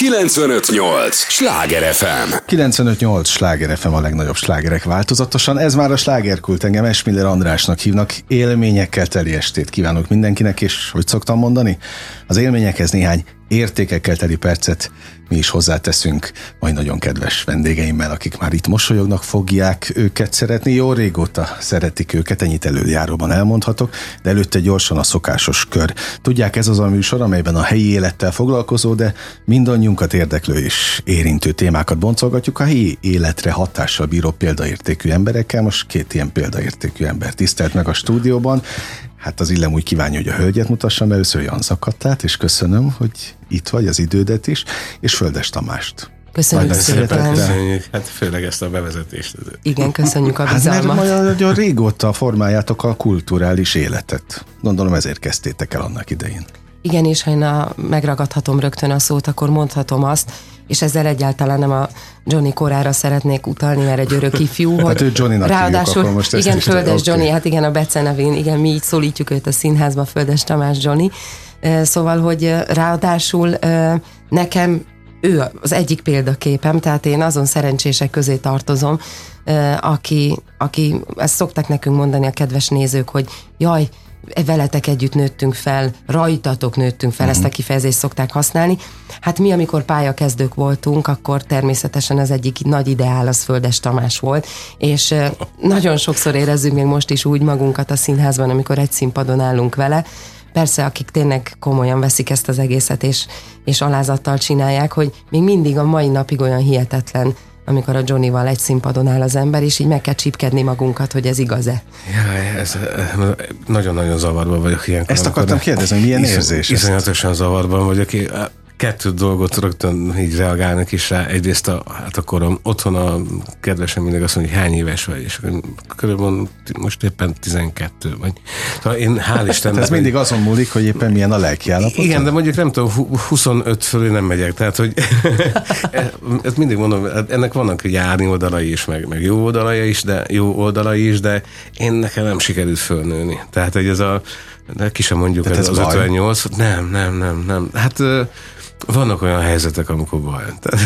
95.8 Sláger FM. 95.8 Sláger FM, a legnagyobb slágerek változatosan. Ez már a Slágerkult, engem Esmiller Andrásnak hívnak. Élményekkel teli estét kívánok mindenkinek, és hogy szoktam mondani, az élményekhez néhány értékekkel teli percet mi is hozzáteszünk majd nagyon kedves vendégeimmel, akik már itt mosolyognak, fogják őket szeretni. Jó régóta szeretik őket, ennyit előjáróban elmondhatok, de előtte gyorsan a szokásos kör. Tudják, ez az a műsor, amelyben a helyi élettel foglalkozó, de mindannyiunkat érdeklő és érintő témákat boncolgatjuk a helyi életre hatással bíró példaértékű emberekkel. Most két ilyen példaértékű ember tisztelt meg a stúdióban. Hát az illem úgy kívánja, hogy a hölgyet mutassam először, Jan Zakattát, és köszönöm, hogy itt vagy, az idődet is, és Földes Tamást. Köszönjük szépen. Köszönjük, hát főleg ezt a bevezetést. Igen, köszönjük a bizalmat. Hát mert nagyon régóta formáljátok a kulturális életet. Gondolom ezért kezdtétek el annak idején. Igen, és ha én megragadhatom rögtön a szót, akkor mondhatom azt, és ezzel egyáltalán nem a Johnny korára szeretnék utalni, mert egy örök ifjú, hogy hát ő Johnnynak ráadásul, hívjuk, most igen, Földes okay. Johnny, hát igen, a Bece nevén, igen, mi így szólítjuk őt a színházba, Földes Tamás Johnny. Szóval, hogy ráadásul nekem ő az egyik példaképem, tehát én azon szerencsések közé tartozom, aki ezt szokták nekünk mondani a kedves nézők, hogy jaj, veletek együtt nőttünk fel, rajtatok nőttünk fel, ezt a kifejezést szokták használni. Hát mi, amikor pályakezdők voltunk, akkor természetesen az egyik nagy ideál az Földes Tamás volt, és nagyon sokszor érezzük még most is úgy magunkat a színházban, amikor egy színpadon állunk vele. Persze, akik tényleg komolyan veszik ezt az egészet, és alázattal csinálják, hogy még mindig a mai napig olyan hihetetlen, amikor a Johnnyval egy színpadon áll az ember, és így meg kell csípkedni magunkat, hogy ez igaz-e. Ja, ez nagyon-nagyon zavarban vagyok ilyenkor. Ezt akartam kérdezni, milyen érzés? Iszonyatosan zavarban vagyok. Kettő dolgot rögtön így reagálnak is rá. Egyrészt hát akkor otthon a kedvesem mindig azt mondja, hogy hány éves vagy, és körülbelül most éppen 12 vagy. Szóval én hál' Istennek... Ez mindig azon múlik, hogy éppen milyen a lelkiállapot? Igen, de mondjuk nem tudom, 25 fölé nem megyek, tehát hogy ezt mindig mondom, ennek vannak ugye árny oldalai is, meg jó oldalai is, de én nekem nem sikerült fölnőni. Tehát, hogy ez de ki sem mondjuk, ez az 58, nem. Hát vannak olyan helyzetek, amikor baj.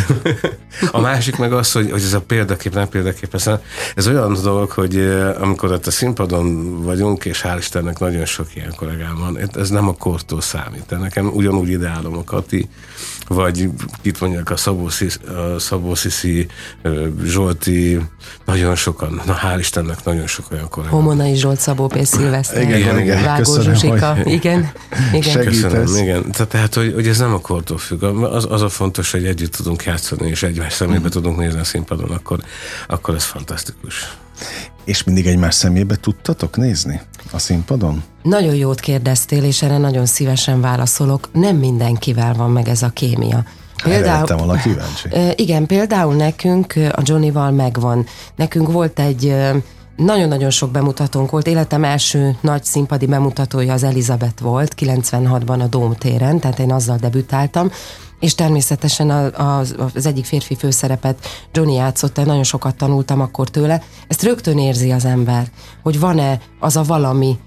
A másik meg az, hogy ez a példakép, ez olyan dolog, hogy amikor ott a színpadon vagyunk, és hál' Istennek nagyon sok ilyen kollégám van, ez nem a kortól számít. Nekem ugyanúgy ideálom a Kati, vagy itt mondják a Szabó Sziszi, Zsolti, nagyon sokan, hál' Istennek nagyon sok olyan kollégám. Homonai Zsolt, Szabó P. Szilveszter, igen, Vágó Zsuzsika, igen. Köszönöm, igen. Tehát, hogy ez nem a kortól függ. Az a fontos, hogy együtt tudunk játszani, és egymás szemébe tudunk nézni a színpadon, akkor ez fantasztikus. És mindig egymás szemébe tudtatok nézni a színpadon? Nagyon jót kérdeztél, és erre nagyon szívesen válaszolok. Nem mindenkivel van meg ez a kémia. Például volna kíváncsi. Igen, például nekünk a Johnnyval megvan. Nekünk volt egy nagyon-nagyon sok bemutatónk volt. Életem első nagy színpadi bemutatója az Elizabeth volt, 96-ban a Dóm téren, tehát én azzal debütáltam, és természetesen az egyik férfi főszerepet Johnny játszotta, nagyon sokat tanultam akkor tőle. Ezt rögtön érzi az ember, hogy van-e az a valami,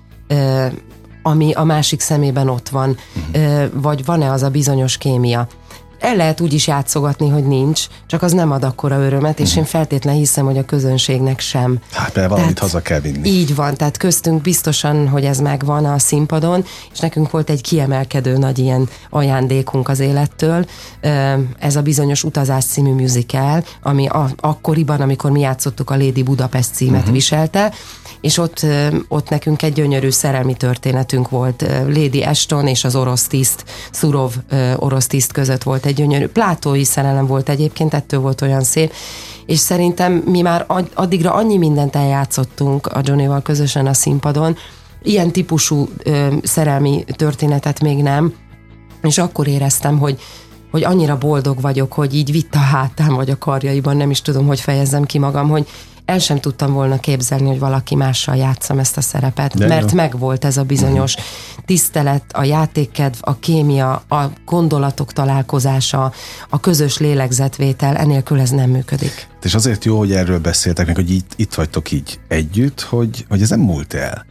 ami a másik szemében ott van, vagy van-e az a bizonyos kémia. El lehet úgy is játszogatni, hogy nincs, csak az nem ad akkora örömet, és én feltétlen hiszem, hogy a közönségnek sem. Hát mert valamit haza kell vinni. Így van, tehát köztünk biztosan, hogy ez megvan a színpadon, és nekünk volt egy kiemelkedő nagy ilyen ajándékunk az élettől. Ez a bizonyos Utazás című musical, ami akkoriban, amikor mi játszottuk, a Lady Budapest címet viselte, és ott nekünk egy gyönyörű szerelmi történetünk volt. Lady Ashton és az orosz tiszt, Szurov orosz tiszt között volt egy gyönyörű, plátói szerelem volt egyébként, ettől volt olyan szép, és szerintem mi már addigra annyi mindent eljátszottunk a Johnnyval közösen a színpadon, ilyen típusú szerelmi történetet még nem, és akkor éreztem, hogy annyira boldog vagyok, hogy így vitt a hátám vagy a karjaiban, nem is tudom, hogy fejezzem ki magam, hogy el sem tudtam volna képzelni, hogy valaki mással játszam ezt a szerepet, mert megvolt ez a bizonyos tisztelet, a játékkedv, a kémia, a gondolatok találkozása, a közös lélegzetvétel, enélkül ez nem működik. És azért jó, hogy erről beszéltek meg, hogy itt vagytok így együtt, hogy ez nem múlt el.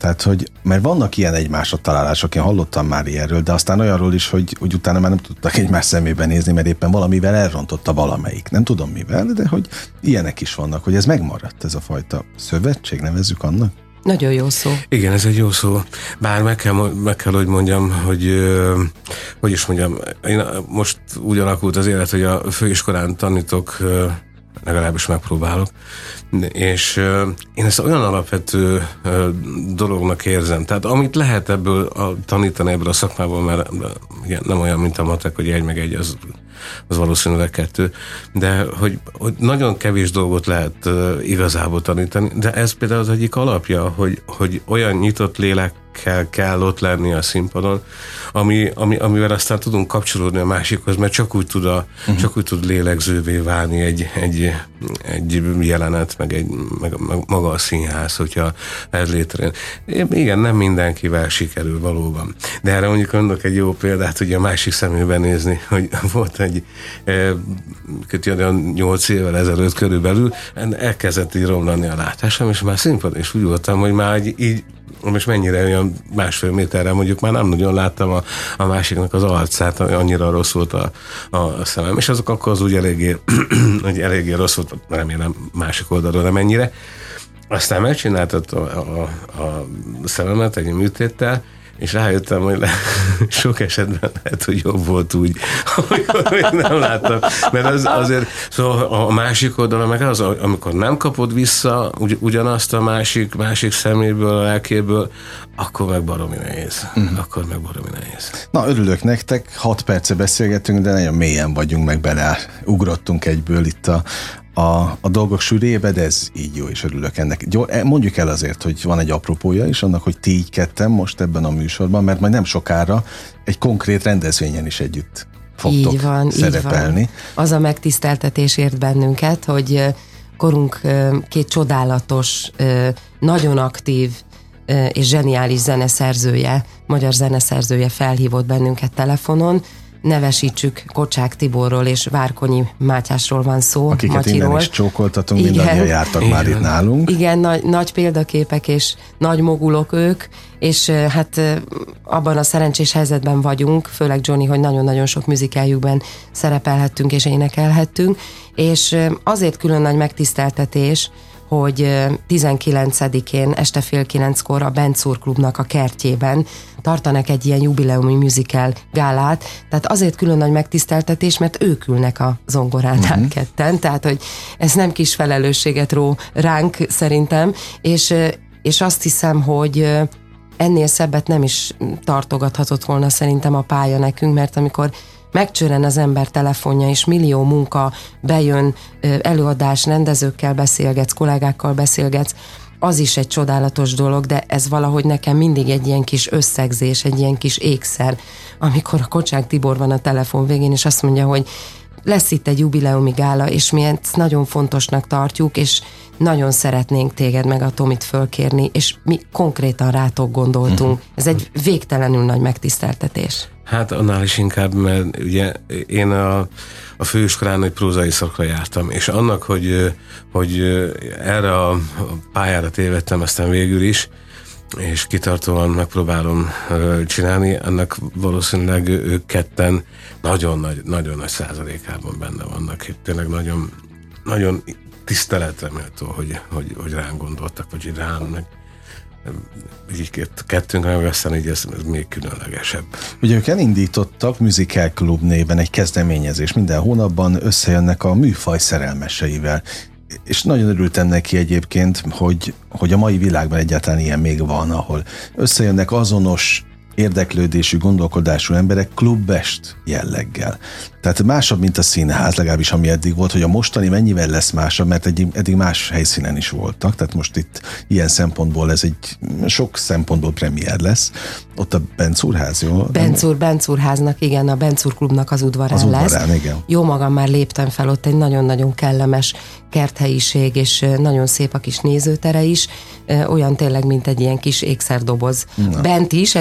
Tehát, hogy, mert vannak ilyen egymásra találások, én hallottam már ilyenről, de aztán olyanról is, hogy utána már nem tudtak egymás szemébe nézni, mert éppen valamivel elrontotta valamelyik. Nem tudom mivel, de hogy ilyenek is vannak, hogy ez megmaradt, ez a fajta szövetség, nevezzük annak. Nagyon jó szó. Igen, ez egy jó szó. Bár meg kell, hogy mondjam, hogy is mondjam, én most úgy alakult az élet, hogy a főiskolán tanítok, legalábbis megpróbálok, és én ezt olyan alapvető dolognak érzem. Tehát amit lehet ebből tanítani ebből a szakmából, mert igen, nem olyan, mint a matek, hogy 1 meg 1 az valószínűleg 2, de hogy nagyon kevés dolgot lehet igazából tanítani, de ez például az egyik alapja, hogy olyan nyitott lélekkel kell ott lenni a színpadon, amivel aztán tudunk kapcsolódni a másikhoz, mert csak úgy tud lélegzővé válni egy jelenet, meg maga a színház, hogyha ez létrejön. Igen, nem mindenkivel sikerül valóban. De erre mondjuk mondok egy jó példát, hogy a másik szemébe nézni, hogy volt egy 8 évvel ezelőtt körülbelül elkezdett így romlani a látásom, és már színpadon is úgy voltam, hogy már így most mennyire olyan 1,5 méterre mondjuk már nem nagyon láttam a másiknak az arcát, annyira rossz volt a szemem, és azok akkor az úgy eléggé rossz volt, remélem másik oldalról nem ennyire. Aztán megcsináltatta a szememet egy műtéttel, és rájöttem, hogy sok esetben lehet, hogy jobb volt úgy, amikor még nem láttam. Mert azért, szóval a másik oldala meg az, amikor nem kapod vissza ugyanazt a másik szeméből, a lelkéből, akkor meg baromi nehéz. Na, örülök nektek, 6 perce beszélgetünk, de nagyon mélyen vagyunk, meg beleugrottunk egyből itt a dolgok sűrébe, de ez így jó, és örülök ennek. Mondjuk el azért, hogy van egy apropója is annak, hogy ti így ketten most ebben a műsorban, mert majd nem sokára egy konkrét rendezvényen is együtt fogtok szerepelni. Így van. Az a megtiszteltetés ért bennünket, hogy korunk 2 csodálatos, nagyon aktív és zseniális zeneszerzője, magyar zeneszerzője felhívott bennünket telefonon. Nevesítsük, Kocsák Tiborról és Várkonyi Mátyásról van szó. Akiket Matyiról. Innen is csókoltatunk, mindannyian jártak már itt nálunk. Igen, nagy példaképek és nagy mogulok ők, és hát abban a szerencsés helyzetben vagyunk, főleg Johnny, hogy nagyon-nagyon sok műzikeljükben szerepelhettünk és énekelhettünk, és azért külön nagy megtiszteltetés, hogy 19-én este 8:30 a Bencúr Klubnak a kertjében tartanak egy ilyen jubileumi musical gálát, tehát azért külön nagy megtiszteltetés, mert ők ülnek a zongoránál ketten, tehát hogy ez nem kis felelősséget ró ránk szerintem, és azt hiszem, hogy ennél szebbet nem is tartogathatott volna szerintem a pálya nekünk, mert amikor megcsörren az ember telefonja, és millió munka bejön, előadás, rendezőkkel beszélgetsz, kollégákkal beszélgetsz, az is egy csodálatos dolog, de ez valahogy nekem mindig egy ilyen kis összegzés, egy ilyen kis ékszer, amikor a Kocsák Tibor van a telefon végén, és azt mondja, hogy lesz itt egy jubileumi gála, és mi ezt nagyon fontosnak tartjuk, és nagyon szeretnénk téged meg a Tomit fölkérni, és mi konkrétan rátok gondoltunk. Ez egy végtelenül nagy megtiszteltetés. Hát annál is inkább, mert ugye én a főiskolán egy prózai szakra jártam, és annak, hogy erre a pályára tévedtem aztán végül is, és kitartóan megpróbálom csinálni, annak valószínűleg ők ketten nagyon nagy százalékában benne vannak. Tényleg nagyon, nagyon tiszteletre méltó, hogy rám gondoltak, vagy rám, meg így kettőnkre, meg aztán így ez még különlegesebb. Ugye ők elindítottak Musical Club néven egy kezdeményezés. Minden hónapban összejönnek a műfaj szerelmeseivel. És nagyon örültem neki egyébként, hogy a mai világban egyáltalán ilyen még van, ahol összejönnek azonos érdeklődésű, gondolkodású emberek klubest jelleggel. Tehát másabb, mint a színház, legalábbis ami eddig volt, hogy a mostani mennyivel lesz másabb, mert eddig más helyszínen is voltak, tehát most itt ilyen szempontból ez egy sok szempontból premier lesz. Ott a Bencúrház, jó? Bencúrháznak, igen, a Bencúr Klubnak az udvarán lesz. Igen. Jó magam már léptem fel, ott egy nagyon-nagyon kellemes kerthelyiség, és nagyon szép a kis nézőtere is, olyan tényleg, mint egy ilyen kis ékszerdoboz. Bent is egyébként,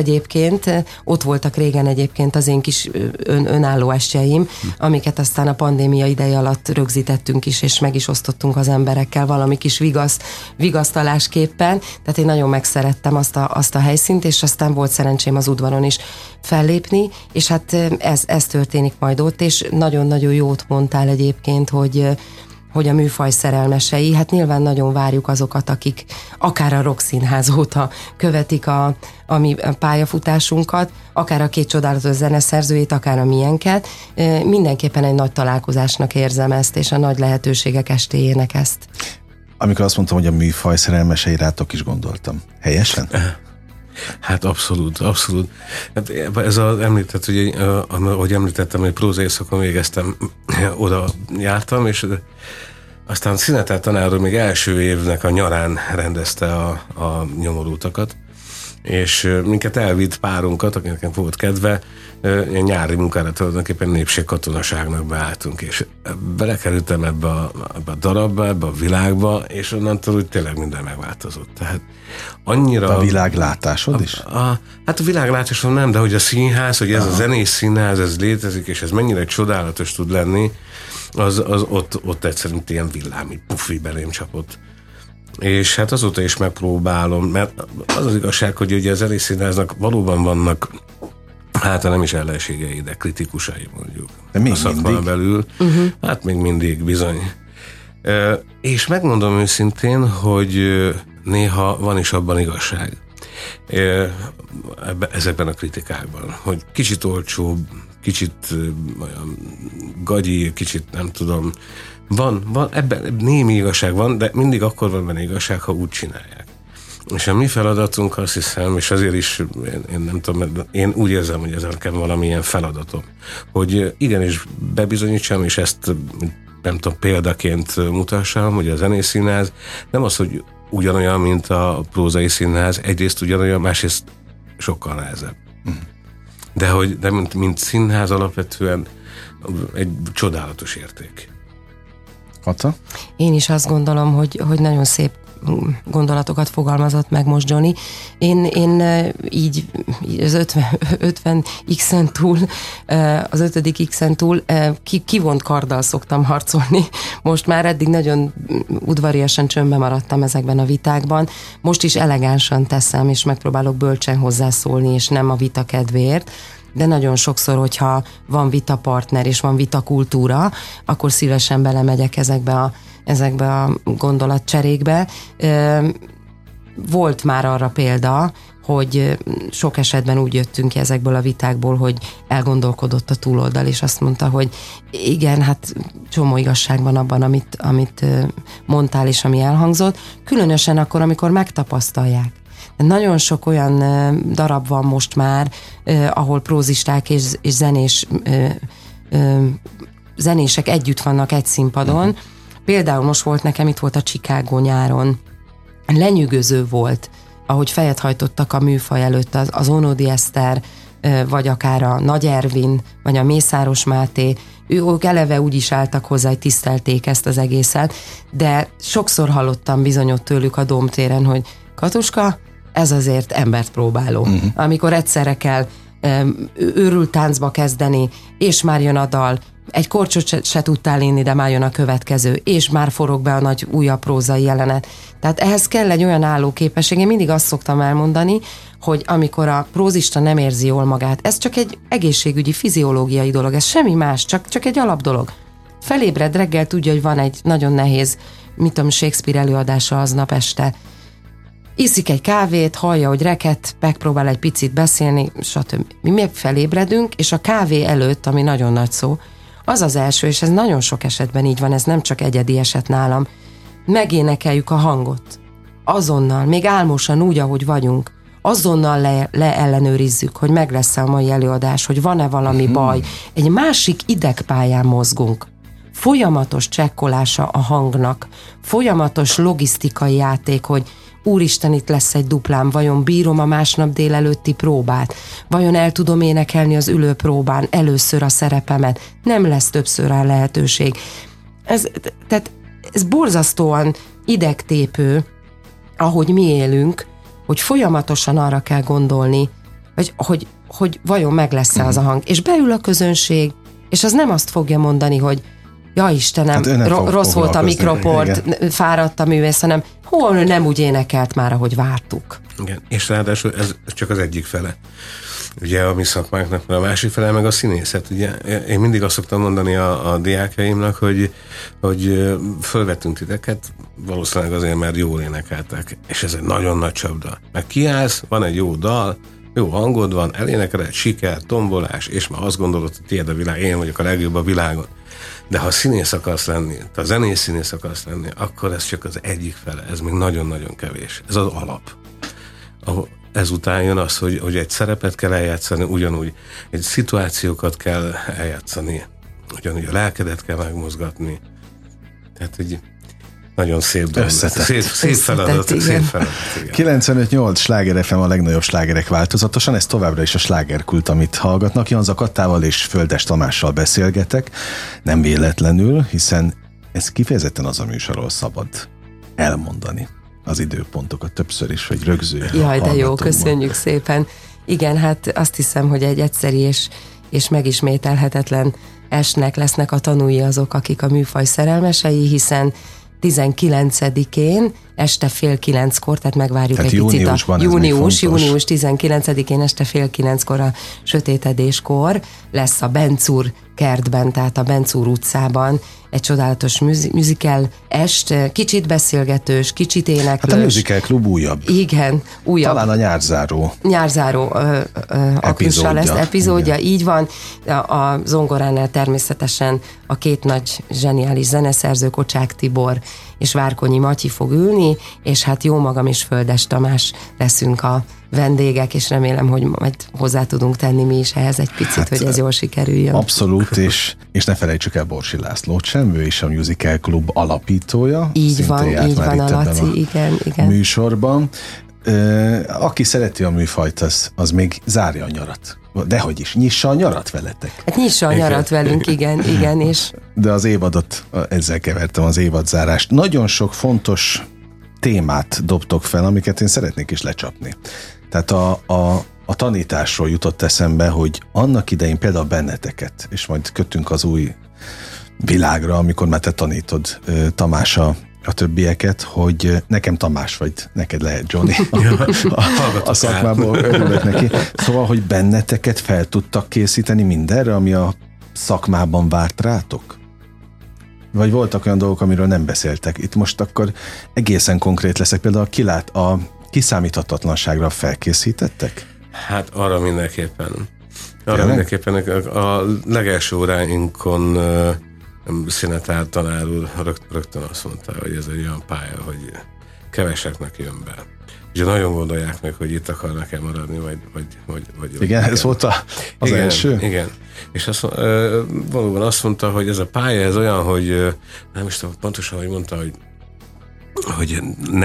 egyébként. Ott voltak régen egyébként az én kis önálló estjeim, amiket aztán a pandémia ideje alatt rögzítettünk is, és meg is osztottunk az emberekkel valami kis vigasztalásképpen. Tehát én nagyon megszerettem azt a helyszínt, és aztán volt szerencsém az udvaron is fellépni, és hát ez történik majd ott, és nagyon-nagyon jót mondtál egyébként, hogy a műfaj szerelmesei, hát nyilván nagyon várjuk azokat, akik akár a Rockszínház óta követik a mi pályafutásunkat, akár a két csodálatos zeneszerzőjét, akár a miénket. Mindenképpen egy nagy találkozásnak érzem ezt, és a nagy lehetőségek estéjének ezt. Amikor azt mondtam, hogy a műfaj szerelmesei, rátok is gondoltam. Helyesen? Hát abszolút. Hát ez az említett, hogy ahogy említettem, hogy prózai szakon végeztem, oda jártam, és aztán szünetel tanár még első évnek a nyarán rendezte a nyomorultakat, és minket elvitt párunkat, akinek volt kedve, nyári munkára tulajdonképpen népségkatonaságnak beálltunk, és belekerültem ebbe a darabba, ebbe a világba, és onnantól úgy tényleg minden megváltozott. Tehát annyira... A világlátásod is? Hát a világlátásom nem, de hogy a színház, hogy ez a zenés színház, ez létezik, és ez mennyire csodálatos tud lenni, az ott egyszerűen ilyen villámi pufi belém csapott. És hát azóta is megpróbálom, mert az igazság, hogy ugye a zenés színháznak valóban vannak hát nem is ellenségei, de kritikusai mondjuk. De még a szakmán belül. Hát még mindig bizony. És megmondom őszintén, hogy néha van is abban igazság. Ezekben a kritikákban, hogy kicsit olcsóbb, kicsit olyan gagyi, kicsit nem tudom. Van, ebben némi igazság van, de mindig akkor van benne igazság, ha úgy csinálják. És a mi feladatunk, azt hiszem, és azért is én nem tudom, én úgy érzem, hogy ez nekem valamilyen feladatom, hogy igenis bebizonyítsam, és ezt nem tudom, példaként mutassam, hogy a zenés színház nem az, hogy ugyanolyan, mint a prózai színház, egyrészt ugyanolyan, másrészt sokkal nehezebb. De mint színház alapvetően egy csodálatos érték. Kata? Én is azt gondolom, hogy nagyon szép gondolatokat fogalmazott meg most Johnny. Én így az 50 X-en túl, az 5. X-en túl kivont karddal szoktam harcolni. Most már eddig nagyon udvariasan csöndbe maradtam ezekben a vitákban. Most is elegánsan teszem, és megpróbálok bölcsen hozzászólni, és nem a vita kedvéért. De nagyon sokszor, hogyha van vitapartner és van vitakultúra, akkor szívesen belemegyek ezekbe a gondolatcserékbe. Volt már arra példa, hogy sok esetben úgy jöttünk ki ezekből a vitákból, hogy elgondolkodott a túloldal, és azt mondta, hogy igen, hát csomó igazság van abban, amit mondtál, és ami elhangzott. Különösen akkor, amikor megtapasztalják. Nagyon sok olyan darab van most már, ahol prózisták és zenések együtt vannak egy színpadon. Például most volt nekem, itt volt a Chicago nyáron. Lenyűgöző volt, ahogy fejet hajtottak a műfaj előtt az Ónodi Eszter, vagy akár a Nagy Ervin, vagy a Mészáros Máté. Ők eleve úgy is álltak hozzá, hogy tisztelték ezt az egészet, de sokszor hallottam bizonyot tőlük a Dómtéren, hogy Katuska, ez azért embert próbáló. Amikor egyszerre kell őrült táncba kezdeni, és már jön a dal, egy korcsot se tudtál inni, de már jön a következő, és már forog be a nagy újabb prózai jelenet. Tehát ehhez kell egy olyan állóképesség. Én mindig azt szoktam elmondani, hogy amikor a prózista nem érzi jól magát, ez csak egy egészségügyi, fiziológiai dolog, ez semmi más, csak egy alap dolog. Felébred reggel, tudja, hogy van egy nagyon nehéz, mit tudom, Shakespeare előadása aznap este. Iszik egy kávét, hallja, hogy reket, megpróbál egy picit beszélni, stb. Mi még felébredünk, és a kávé előtt, ami nagyon nagy szó, az az első, és ez nagyon sok esetben így van, ez nem csak egyedi eset nálam, megénekeljük a hangot. Azonnal, még álmosan úgy, ahogy vagyunk, azonnal leellenőrizzük, hogy meg lesz a mai előadás, hogy van-e valami baj. Egy másik idegpályán mozgunk. Folyamatos csekkolása a hangnak, folyamatos logisztikai játék, hogy úristen, itt lesz egy duplám, vajon bírom a másnap délelőtti próbát, vajon el tudom énekelni az ülőpróbán először a szerepemet, nem lesz többször rá lehetőség. Ez borzasztóan idegtépő, ahogy mi élünk, hogy folyamatosan arra kell gondolni, hogy vajon meg lesz-e az a hang. És beül a közönség, és az nem azt fogja mondani, hogy ja Istenem, hát rossz volt a mikroport, fáradt a művész, hanem hol nem úgy énekelt már, ahogy vártuk. Igen, és ráadásul ez csak az egyik fele. Ugye a mi szakmáknak, a másik fele meg a színészet. Ugye én mindig azt szoktam mondani a diákjaimnak, hogy fölvettünk titeket, valószínűleg azért, mert jól énekeltek, és ez egy nagyon nagy csapda. Meg kiállsz, van egy jó dal, jó hangod van, elénekeled, siker, tombolás, és már azt gondolod, hogy tiéd a világ, én vagyok a legjobb a világon. De ha színész akarsz lenni, ha zenés színész akarsz lenni, akkor ez csak az egyik fele, ez még nagyon-nagyon kevés. Ez az alap. Ezután jön az, hogy egy szerepet kell eljátszani, ugyanúgy egy szituációkat kell eljátszani, ugyanúgy a lelkedet kell megmozgatni. Tehát egy nagyon szép dolog. Szép feladat. Szép feladat, igen. 95-8 Sláger FM a legnagyobb slágerek változatosan, ez továbbra is a slágerkult, amit hallgatnak. Janza Kattával és Földes Tamással beszélgetek, nem véletlenül, hiszen ez kifejezetten az a műsor, ahol szabad elmondani az időpontokat többször is, hogy rögzüljön. Jaj, de jó, köszönjük szépen. Igen, hát azt hiszem, hogy egy egyszeri és megismételhetetlen estnek lesznek a tanúi azok, akik a műfaj szerelmesei, hiszen 19-én este 8:30, tehát megvárjuk tehát egy picit a június 19-én este 8:30 a sötétedéskor lesz a Bencúr kertben, tehát a Bencúr utcában egy csodálatos musical est, kicsit beszélgetős, kicsit éneklős. Hát a musical klub újabb. Igen, újabb. Talán a nyárzáró aktussal lesz epizódja, igen. Így van. A zongoránál természetesen a két nagy zseniális zeneszerző, Kocsák Tibor és Várkonyi Matyi fog ülni, és hát jó magam és Földes Tamás leszünk a vendégek, és remélem, hogy majd hozzá tudunk tenni mi is ehhez egy picit, hát, hogy ez jól sikerüljön. Abszolút, és ne felejtsük el Borsi Lászlót sem, ő is a Musical Klub alapítója. Így van a Laci, igen. Műsorban. Aki szereti a műfajt, az még zárja a nyarat. Dehogy is, nyissa a nyarat veletek. Hát nyissa a nyarat velünk, igen. És... De az évadot, ezzel kevertem az évadzárást. Nagyon sok fontos témát dobtok fel, amiket én szeretnék is lecsapni. Tehát a tanításról jutott eszembe, hogy annak idején például benneteket, és majd kötünk az új világra, amikor már te tanítod, Tamás, a többieket, hogy nekem Tamás vagy, neked lehet Johnny. A szakmából örülök neki. Szóval, hogy benneteket fel tudtak készíteni mindenre, ami a szakmában várt rátok? Vagy voltak olyan dolgok, amiről nem beszéltek? Itt most akkor egészen konkrét leszek. Például a kiszámíthatatlanságra felkészítettek? Hát arra mindenképpen. A legelső óráinkon Szinetár tanár úr rögtön azt mondta, hogy ez egy olyan pálya, hogy keveseknek jön be. Ugye nagyon gondolják meg, hogy itt akarnak-e maradni, vagy igen, ez volt az első? Igen. És valóban azt mondta, hogy ez a pálya, ez olyan, hogy nem is tudom pontosan, hogy mondta, hogy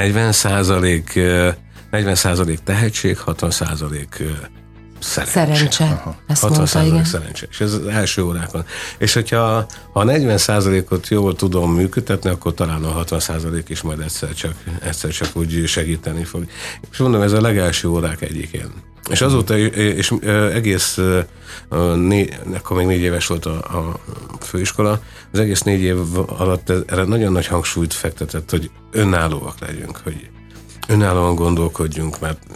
40% tehetség, 60% szerencse. Ezt mondta, igen. Szerencse. És ez az első órákon. És hogyha a 40%-ot jól tudom működtetni, akkor talán a 60% is majd egyszer csak úgy segíteni fog. És mondom, ez a legelső órák egyikén. És azóta, és egész, akkor még 4 éves volt a főiskola, az egész 4 év alatt erre nagyon nagy hangsúlyt fektetett, hogy önállóak legyünk, hogy önállóan gondolkodjunk,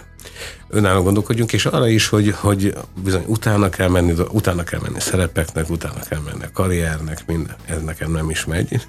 és arra is, hogy bizony utána kell menni szerepeknek, utána kell menni a karriernek, minden. Ez nekem nem is megy.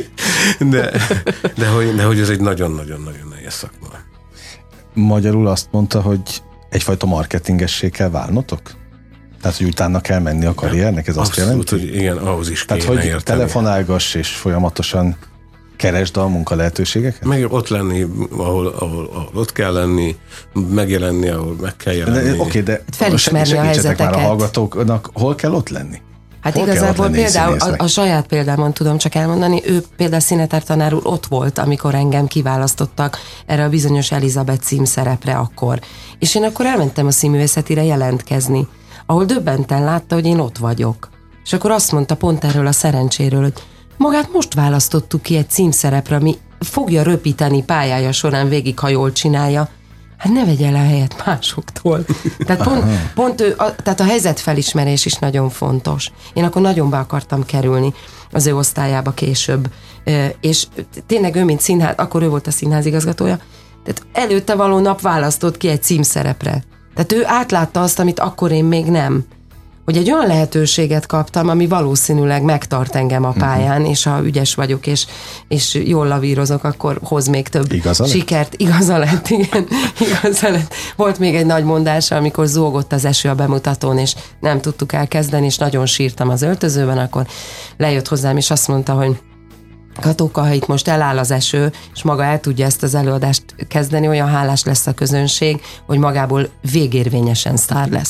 de hogy ez egy nagyon-nagyon-nagyon nehéz szakma. Magyarul azt mondta, hogy egyfajta marketingessé kell válnotok? Tehát, hogy utána kell menni a karriernek, ez azt jelenti? Abszolút, hogy igen, ahhoz is kéne érteni. Tehát, hogy telefonálgass és folyamatosan keresd a munka lehetőségeket? Meg ott lenni, ahol ott kell lenni, megjelenni, ahol meg kell jelenni. Oké, de felismerni a helyzeteket. Már a hallgatóknak, hol kell ott lenni? Hát hol igazából például a saját példámon tudom csak elmondani, ő például Szinetár tanár úr ott volt, amikor engem kiválasztottak erre a bizonyos Elizabeth címszerepre akkor. És én akkor elmentem a Színművészetire jelentkezni, ahol döbbenten látta, hogy én ott vagyok. És akkor azt mondta pont erről a szerencséről, hogy magát most választottuk ki egy címszerepre, ami fogja röpíteni pályája során végig, ha jól csinálja. hát ne vegye el a helyet másoktól. Tehát pont tehát a helyzetfelismerés is nagyon fontos. Én akkor nagyon be akartam kerülni az ő osztályába később. És tényleg ő, mint színház, akkor ő volt a színházigazgatója, tehát előtte való nap választott ki egy címszerepre. Tehát ő átlátta azt, amit akkor én még nem. Hogy egy olyan lehetőséget kaptam, ami valószínűleg megtart engem a pályán, és ha ügyes vagyok, és jól lavírozok, akkor hoz még több sikert. Igaza lett, igen. Igaza lett. Volt még egy nagy mondása, amikor zúgott az eső a bemutatón, és nem tudtuk elkezdeni, és nagyon sírtam az öltözőben, akkor lejött hozzám, és azt mondta, hogy Katóka, ha itt most eláll az eső, és maga el tudja ezt az előadást kezdeni, olyan hálás lesz a közönség, hogy magából végérvényesen sztár lesz.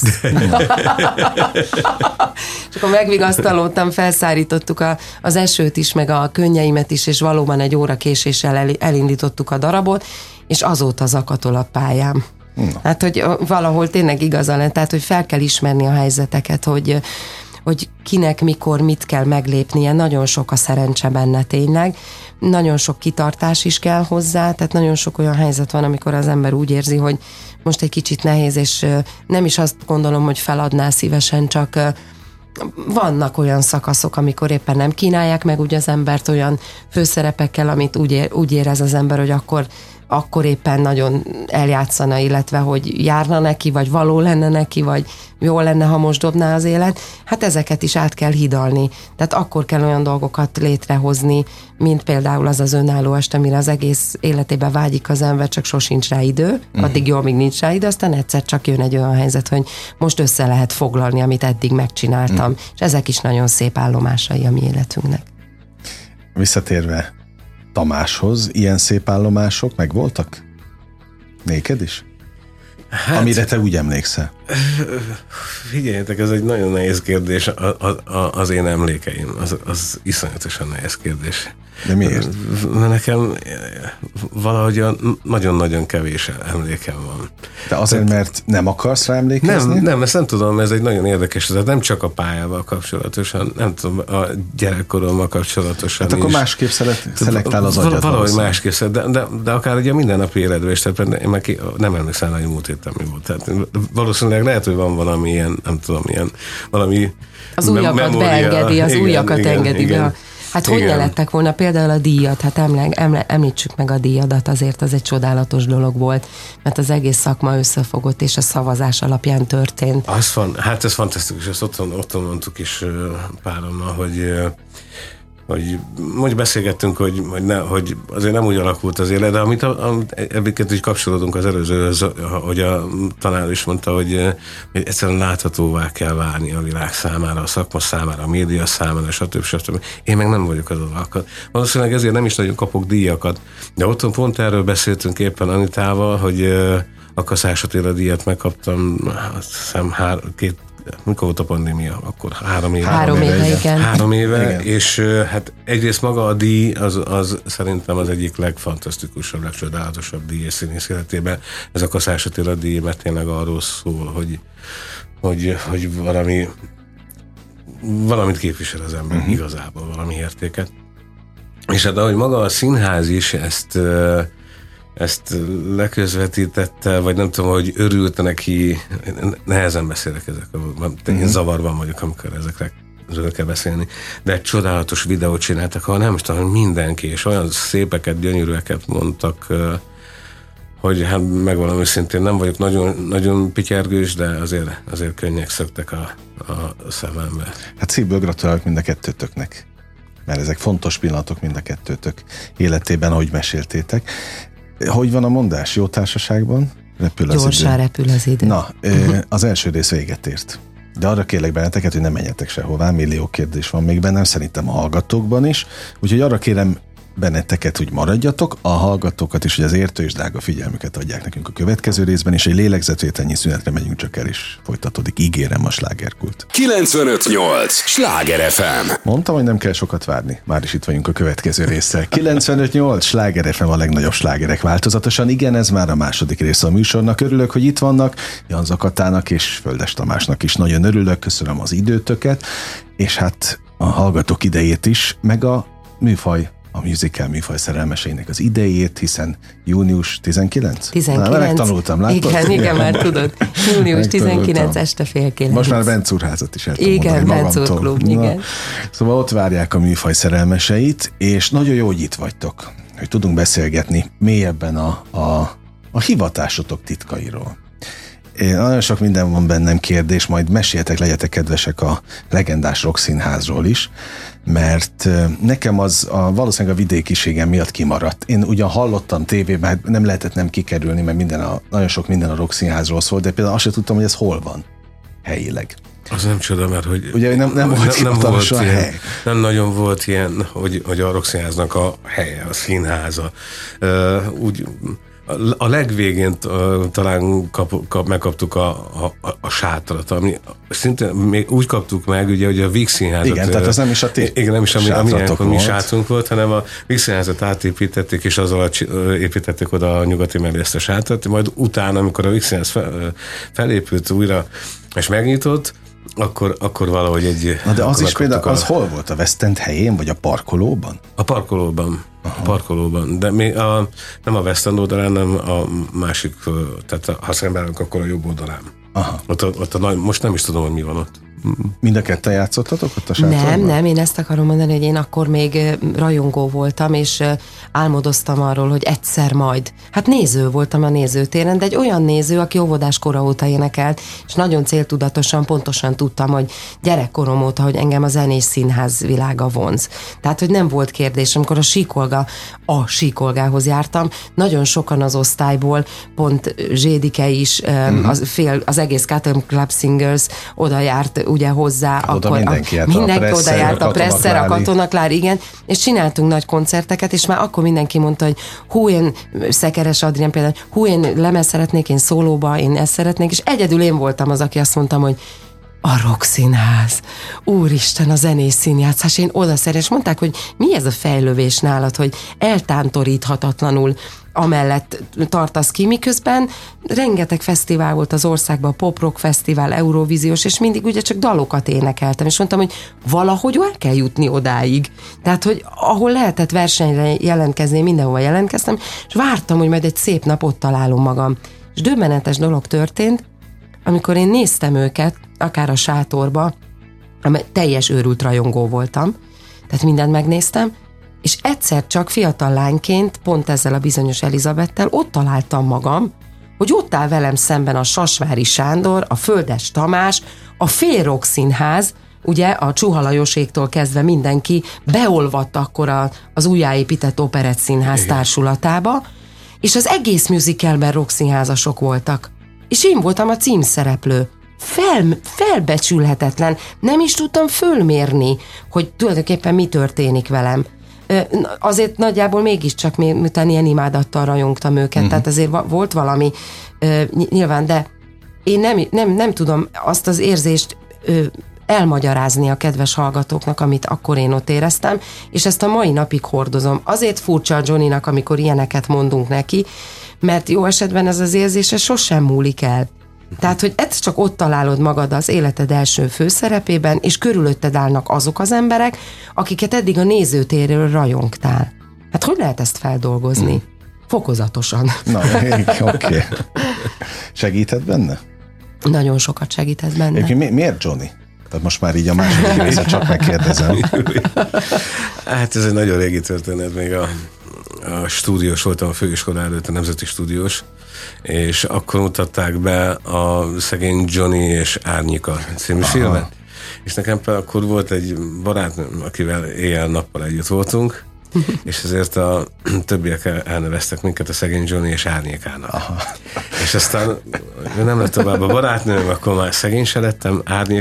És akkor megvigasztalódtam, felszárítottuk az esőt is, meg a könnyeimet is, és valóban egy óra késéssel elindítottuk a darabot, és azóta zakatol a pályám. Hát, hogy valahol tényleg igaza lett, tehát, hogy fel kell ismerni a helyzeteket, hogy kinek, mikor, mit kell meglépnie, nagyon sok a szerencse benne tényleg, nagyon sok kitartás is kell hozzá, tehát nagyon sok olyan helyzet van, amikor az ember úgy érzi, hogy most egy kicsit nehéz, és nem is azt gondolom, hogy feladná szívesen, csak vannak olyan szakaszok, amikor éppen nem kínálják meg úgy az embert olyan főszerepekkel, amit úgy érez az ember, hogy akkor éppen nagyon eljátszana, illetve hogy járna neki, vagy való lenne neki, vagy jó lenne, ha most dobná az élet. Hát ezeket is át kell hidalni. Tehát akkor kell olyan dolgokat létrehozni, mint például az önálló este, amire az egész életében vágyik az ember, csak sosincs rá idő, addig jól, még nincs rá idő, aztán egyszer csak jön egy olyan helyzet, hogy most össze lehet foglalni, amit eddig megcsináltam. És ezek is nagyon szép állomásai a mi életünknek. Visszatérve Tamáshoz, ilyen szép állomások megvoltak? Néked is? Hát, amire te úgy emlékszel? Figyeljetek, ez egy nagyon nehéz kérdés. Az én emlékeim, az iszonyatosan nehéz kérdés. De miért? Mert nekem valahogy nagyon-nagyon kevés emlékem van. De azért, mert nem akarsz rá emlékezni? Nem, ezt nem tudom, ez egy nagyon érdekes, tehát nem csak a pályával kapcsolatosan, nem tudom, a gyerekkorommal kapcsolatosan. Hát akkor másképp szelektál az agyat. Valahogy másképp, de akár ugye minden napi életben is, tehát én már nem emlékszem, hogy múlt héten mi volt. Tehát valószínűleg lehet, hogy van valami ilyen, nem tudom, ilyen valami az újakat beengedi, az újakat engedi be. Hát hogy ne lettek volna például a díjat? Hát említsük meg a díjadat, azért az egy csodálatos dolog volt, mert az egész szakma összefogott, és a szavazás alapján történt. Hát ez fantasztikus, ezt otthon mondtuk is párommal, hogy beszélgettünk, hogy azért nem úgy alakult az élet, de amit ebbiket így kapcsolódunk az előzőhöz, hogy a tanár is mondta, hogy egyszerűen láthatóvá kell válni a világ számára, a szakma számára, a média számára, stb. Én meg nem vagyok az alkalmat. Valószínűleg ezért nem is nagyon kapok díjakat, de otthon pont erről beszéltünk éppen Anitával, hogy a Kaszás Attila díjat megkaptam, azt hiszem mikor volt a pandémia? Akkor 3 éve. 3 éve, igen. 3 éve, igen. És hát egyrészt maga a díj, az szerintem az egyik legfantasztikusabb, legcsodálatosabb díj színész életében. Ez a Kaszás Attila díj, mert tényleg arról szól, hogy valamit képvisel az ember, igazából valami értéket. És hát ahogy maga a színház is ezt leközvetítette, vagy nem tudom, hogy örült neki, nehezen beszélek ezekről, én zavarban vagyok, amikor ezekről kell beszélni, de egy csodálatos videót csináltak, ahol nem is tudom, mindenki, és olyan szépeket, gyönyörűeket mondtak, hogy hát megvalami őszintén nem vagyok nagyon, nagyon pityergős, de azért könnyek szöktek a szemembe. Hát szívből gratulálok mind a kettőtöknek, mert ezek fontos pillanatok mind a kettőtök életében, ahogy meséltétek. Hogy van a mondás? Jó társaságban? Gyorsan repül az idő. Na, az első rész véget ért. De arra kérlek benneteket, hogy ne menjetek sehová, millió kérdés van még bennem, szerintem a hallgatókban is. Úgyhogy arra kérem benneteket, hogy maradjatok, a hallgatókat is, hogy az értő és drága figyelmüket adják nekünk a következő részben, és egy lélegzetvételnyi szünetre megyünk csak el, és folytatódik, ígérem, a Slágerkult. 95.8 Sláger FM. Mondtam, hogy nem kell sokat várni, már is itt vagyunk a következő résszel. 95.8 Sláger FM, a legnagyobb slágerek változatosan. Igen, ez már a második része a műsornak. Örülök, hogy itt vannak, Jan Zakatának és Földes Tamásnak is nagyon örülök, köszönöm az időtöket, és hát a hallgatók idejét is, meg a műfaj, musical műfaj szerelmeseinek az idejét, hiszen június 19? 19. Megtanultam, látod? Igen, már tudod. Június 19 este fél 9. Most már Bencúrházat is el tudom igen, mondani Bencúr klub, igen. Szóval ott várják a műfaj szerelmeseit, és nagyon jó, hogy itt vagytok, hogy tudunk beszélgetni mélyebben a hivatásotok titkairól. Nagyon sok minden van bennem kérdés, majd meséljetek, legyetek kedvesek a legendás Rockszínházról is, mert nekem az valószínűleg a vidékiségem miatt kimaradt. Én ugyan hallottam tévében, hát nem lehetett nem kikerülni, mert nagyon sok minden a Rockszínházról szól, de például azt sem tudtam, hogy ez hol van helyileg. Az nem csoda, mert hogy ugye nem volt ilyen, hely. Nem nagyon volt ilyen, hogy a Rockszínháznak a helye, a színháza. A legvégén talán megkaptuk a sátrat, ami szintén még úgy kaptuk meg, ugye, hogy a Víg Színházat... Igen, tehát az nem is a ti igen, nem is a mi sátrunk volt, hanem a Víg Színházat átépítették, és azzal építették oda a nyugati mellé ezt a sátrat, majd utána, amikor a Víg Színház felépült újra, és megnyitott, akkor valahogy egy... Na de az is például, az hol volt? A West End helyén, vagy a parkolóban? A parkolóban. Aha. A parkolóban. De még nem a West End oldalán, nem a másik, tehát ha szembeállunk, akkor a jobb oldalán. Aha. Most nem is tudom, hogy mi van ott. Mind a ketten játszottatok ott a sátorban? Nem, én ezt akarom mondani, hogy én akkor még rajongó voltam, és álmodoztam arról, hogy egyszer majd. Hát néző voltam a nézőtéren, de egy olyan néző, aki óvodás kora óta énekelt, és nagyon céltudatosan, pontosan tudtam, hogy gyerekkorom óta, hogy engem a zenés színház világa vonz. Tehát, hogy nem volt kérdés, amikor a síkolgához jártam, nagyon sokan az osztályból, pont Zsédike is, az egész Cotton Club Singers oda járt ugye hozzá. Oda akkor mindenki oda járt, a Presser, a Katona Klár, igen, és csináltunk nagy koncerteket, és már akkor mindenki mondta, hogy én Szekeres Adrián például, én lemez szeretnék, én szólóba, én ezt szeretnék, és egyedül én voltam az, aki azt mondtam, hogy a Rockszínház, úristen, a zenés színjátszás, én oda és mondták, hogy mi ez a fejlövés nálad, hogy eltántoríthatatlanul amellett tartasz ki, miközben rengeteg fesztivál volt az országban, pop-rock fesztivál, Eurovíziós, és mindig ugye csak dalokat énekeltem, és mondtam, hogy valahogy el kell jutni odáig. Tehát, hogy ahol lehetett versenyre jelentkezni, mindenhova jelentkeztem, és vártam, hogy majd egy szép nap ott találom magam. És döbbenetes dolog történt, amikor én néztem őket, akár a sátorba, teljes őrült rajongó voltam, tehát mindent megnéztem, és egyszer csak fiatal lányként, pont ezzel a bizonyos Elizabettel ott találtam magam, hogy ott áll velem szemben a Sasvári Sándor, a Földes Tamás, a fél Rockszínház, ugye a Csuha Lajoséktól kezdve mindenki beolvadt akkor az újjáépített Operett Színház társulatába, és az egész musicalben Rockszínházasok voltak. És én voltam a címszereplő. Felbecsülhetetlen. Nem is tudtam fölmérni, hogy tulajdonképpen mi történik velem. Azért nagyjából mégiscsak miután ilyen imádattal rajongtam őket, tehát azért volt valami nyilván, de én nem tudom azt az érzést elmagyarázni a kedves hallgatóknak, amit akkor én ott éreztem, és ezt a mai napig hordozom. Azért furcsa a Johnnynak, amikor ilyeneket mondunk neki, mert jó esetben ez az érzése sosem múlik el. Tehát, hogy ezt csak ott találod magad az életed első főszerepében, és körülötted állnak azok az emberek, akiket eddig a nézőtérről rajongtál. Hát hogy lehet ezt feldolgozni? Fokozatosan. Na, oké. Segített benne? Nagyon sokat segített benne. Egyébként miért Johnny? Tehát most már így a második része csak megkérdezem. Hát ez egy nagyon régi történet, még a stúdiós voltam, a főiskola előtt, a Nemzeti Stúdiós, és akkor mutatták be a Szegény Johnny és Árnyika című filmet. És nekem akkor volt egy barátnőm, akivel éjjel-nappal együtt voltunk, és ezért a többiek elneveztek minket a Szegény Johnny és Árnyékának. Aha. És aztán nem lett tovább a barátnőm, akkor már szegény se lettem,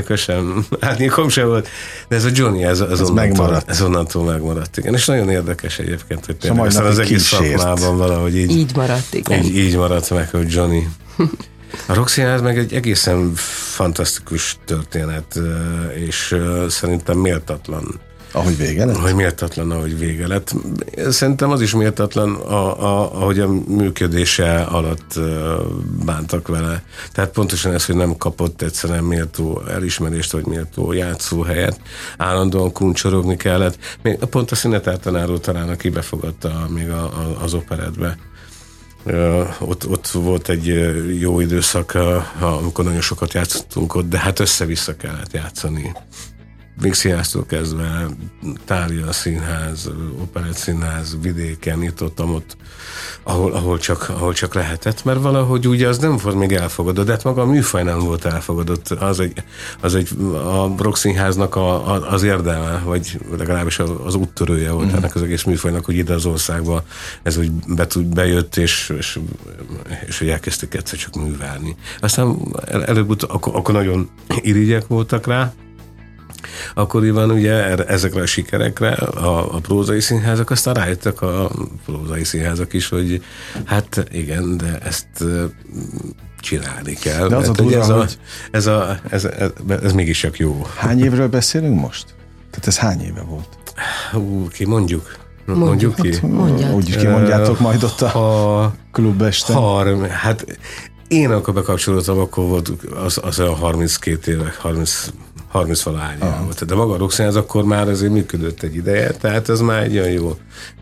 árnyékom sem volt, de ez a Johnny, ez onnantól megmaradt. Igen. És nagyon érdekes egyébként, hogy tényleg aztán az egész szakmában valahogy így maradt, igen. Így maradt meg, hogy Johnny. A Rockszínház meg egy egészen fantasztikus történet, és szerintem méltatlan Ahogy vége lett? Hogy méltatlan, ahogy vége lett. Szerintem az is méltatlan, ahogy a működése alatt bántak vele. Tehát pontosan ez, hogy nem kapott egyszerűen méltó elismerést, vagy méltó játszóhelyet. Állandóan kuncsorogni kellett. Még pont a szüneteltanáró talán, aki befogadta még az operettbe. Ott volt egy jó időszak, amikor nagyon sokat játszottunk ott, de hát össze-vissza kellett játszani. Még színháztól kezdve, Thália Színház, Operett Színház, vidéken, itt-ottam ott, ahol csak lehetett, mert valahogy ugye az nem volt még elfogadott, de hát maga a műfaj nem volt elfogadott. Az egy a Rock Színháznak az érdeme, vagy legalábbis az úttörője volt ennek az egész műfajnak, hogy ide az országba ez úgy bejött, és hogy elkezdték egyszer csak művelni. Aztán előbb akkor nagyon irigyek voltak rá. Akkoriban ugye ezekre a sikerekre a prózai színházak, aztán rájöttek a prózai színházak is, hogy hát igen, de ezt csinálni kell. De az mert a durva, hogy... ez mégis csak jó. Hány évről beszélünk most? Tehát ez hány éve volt? Ki mondjuk? Mondjuk ki? Úgyis kimondjátok majd ott a klubesten. Hát én akkor bekapcsolódtam, akkor volt az olyan 32 éve, 30-valahány éve volt. De maga a Rock Színház akkor már azért működött egy ideje, tehát ez már egy olyan jó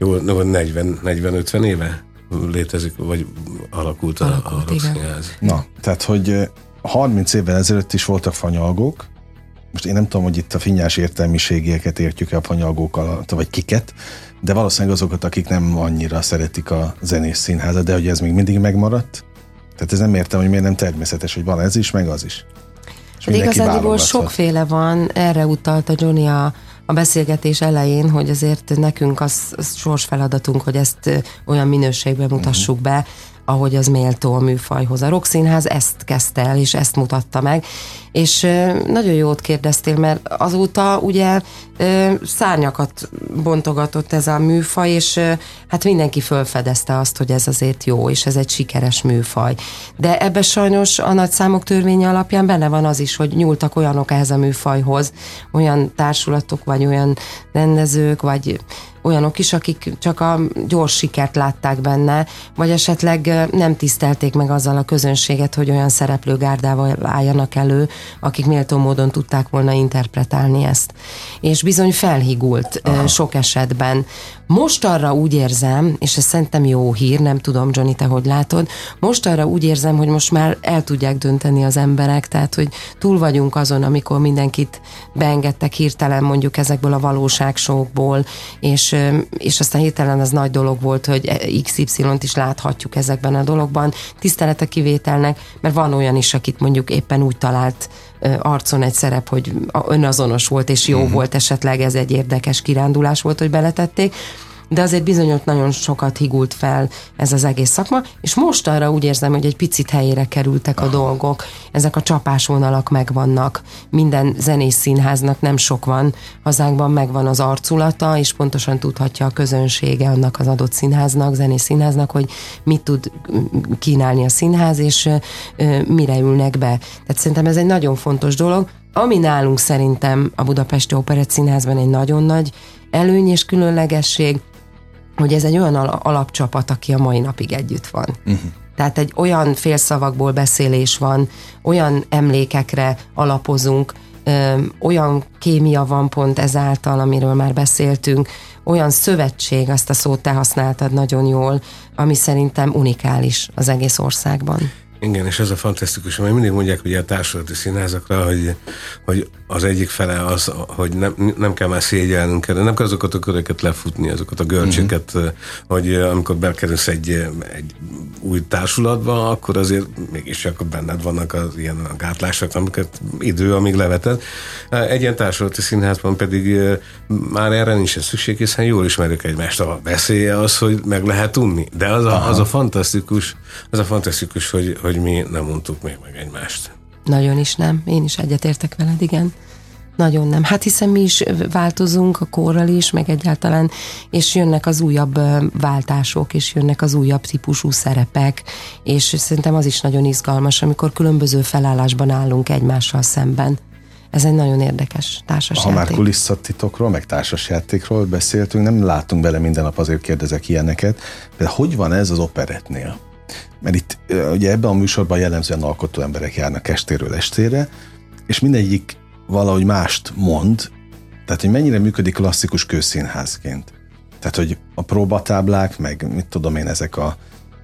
40-50 éve létezik, vagy alakult a Rock Színház. Na, tehát, hogy 30 évvel ezelőtt is voltak fanyalgók. Most én nem tudom, hogy itt a finnyás értelmiségieket értjük-e a fanyalgók alatt, vagy kiket, de valószínűleg azokat, akik nem annyira szeretik a zenés színházat, de hogy ez még mindig megmaradt. Tehát ez nem értem, hogy miért nem természetes, hogy van ez is, meg az is. De igazából sokféle van, erre utalt a Johnny a beszélgetés elején, hogy azért nekünk az sorsfeladatunk, hogy ezt olyan minőségben mutassuk be, ahogy az méltó a műfajhoz. A Rock Színház ezt kezdte el, és ezt mutatta meg. És nagyon jót kérdeztél, mert azóta ugye szárnyakat bontogatott ez a műfaj, és hát mindenki felfedezte azt, hogy ez azért jó, és ez egy sikeres műfaj. De ebbe sajnos a nagy számok törvénye alapján benne van az is, hogy nyúltak olyanok ehhez a műfajhoz, olyan társulatok, vagy olyan rendezők, vagy olyanok is, akik csak a gyors sikert látták benne, vagy esetleg nem tisztelték meg azzal a közönséget, hogy olyan szereplőgárdával álljanak elő, akik méltó módon tudták volna interpretálni ezt. És bizony felhigult sok esetben. Most arra úgy érzem, és ez szerintem jó hír, nem tudom, Johnny, te hogy látod, most arra úgy érzem, hogy most már el tudják dönteni az emberek, tehát, hogy túl vagyunk azon, amikor mindenkit beengedtek hirtelen mondjuk ezekből a valóságsókból, és aztán hirtelen az nagy dolog volt, hogy XY-t is láthatjuk ezekben a dologban. Tisztelete kivételnek, mert van olyan is, akit mondjuk éppen úgy talált arcon egy szerep, hogy önazonos volt, és jó volt, esetleg ez egy érdekes kirándulás volt, hogy beletették, de azért bizonyos nagyon sokat higult fel ez az egész szakma, és most arra úgy érzem, hogy egy picit helyére kerültek a dolgok. Ezek a csapásvonalak megvannak. Minden zenés színháznak nem sok van. Hazánkban megvan az arculata, és pontosan tudhatja a közönsége annak az adott színháznak, zenés színháznak, hogy mit tud kínálni a színház, és mire ülnek be. Tehát szerintem ez egy nagyon fontos dolog, ami nálunk szerintem a Budapesti Operett Színházban egy nagyon nagy előny és különlegesség, hogy ez egy olyan alapcsapat, aki a mai napig együtt van. Tehát egy olyan félszavakból beszélés van, olyan emlékekre alapozunk, olyan kémia van pont ezáltal, amiről már beszéltünk, olyan szövetség, azt a szót te használtad nagyon jól, ami szerintem unikális az egész országban. Igen, és ez a fantasztikus, mert mindig mondják ugye a társulati színházakra, hogy az egyik fele az, hogy nem kell már szégyelnünk, nem kell azokat a köröket lefutni, azokat a görcsöket, hogy amikor bekerülsz egy új társulatba, akkor azért mégiscsak benned vannak az ilyen gátlások, amiket amíg leveted. Egy ilyen társulati színházban pedig már erre nincs szükség, hiszen jól ismerjük egymást. A veszélye az, hogy meg lehet unni. De az a fantasztikus, hogy mi nem mondtuk még meg egymást. Nagyon is nem. Én is egyetértek veled, igen. Nagyon nem. Hát hiszen mi is változunk a korral is, meg egyáltalán, és jönnek az újabb váltások, és jönnek az újabb típusú szerepek, és szerintem az is nagyon izgalmas, amikor különböző felállásban állunk egymással szemben. ez egy nagyon érdekes társasjáték. Ha már kulisszatitokról, meg társasjátékról beszéltünk, nem látunk bele minden nap, azért kérdezek ilyeneket. De hogy van ez az operettnél? Mert itt ugye ebben a műsorban jellemzően alkotó emberek járnak estéről estére, és mindegyik valahogy mást mond, tehát hogy mennyire működik klasszikus kőszínházként. Tehát, hogy a próbatáblák, meg mit tudom én, ezek a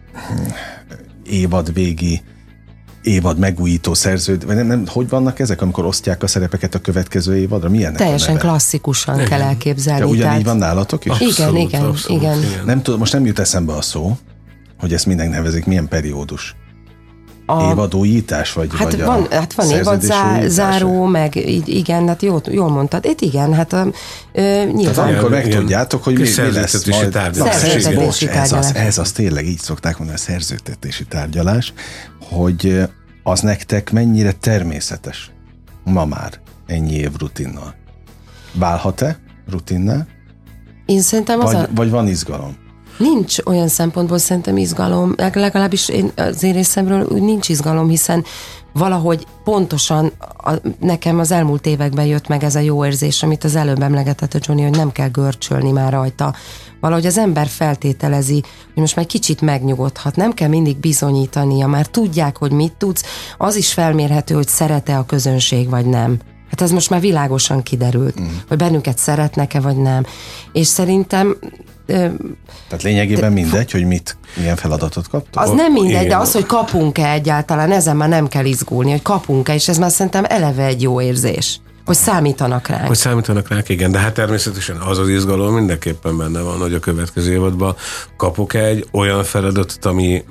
évad végi, évad megújító szerződ, vagy nem, hogy vannak ezek, amikor osztják a szerepeket a következő évadra? Milyenek teljesen klasszikusan kell elképzelni. De ugyanígy van nálatok is? Abszolút, igen. Nem tudom, most nem jut eszembe a szó, hogy ezt mindenki nevezik, milyen periódus? Évadújítás, vagy van évadzáró, meg igen, hát jól mondtad. Itt igen, hát nyilván. Tehát amikor megtudjátok, hogy mi lesz majd. Szerződtetési tárgyalás. Ez az tényleg, így szokták mondani, a szerződtetési tárgyalás, hogy az nektek mennyire természetes ma már ennyi év rutinnal. Válhat-e rutinnál? Én szerintem vagy van izgalom? Nincs olyan szempontból szerintem izgalom, legalábbis az én részemről nincs izgalom, hiszen valahogy pontosan nekem az elmúlt években jött meg ez a jó érzés, amit az előbb emlegetett a Johnny, hogy nem kell görcsölni már rajta. Valahogy az ember feltételezi, hogy most már kicsit megnyugodhat, nem kell mindig bizonyítania, már tudják, hogy mit tudsz, az is felmérhető, hogy szeret-e a közönség, vagy nem. Hát ez most már világosan kiderült, hogy bennünket szeretnek-e, vagy nem. És szerintem tehát lényegében mindegy, hogy milyen feladatot kaptok? Az nem mindegy, de az, hogy kapunk-e egyáltalán, ezen már nem kell izgulni, hogy kapunk-e, és ez már szerintem eleve egy jó érzés. Hogy számítanak ránk. Hogy számítanak ránk, igen, de hát természetesen az izgalom mindenképpen benne van, hogy a következő évadban kapok egy olyan feladatot, ami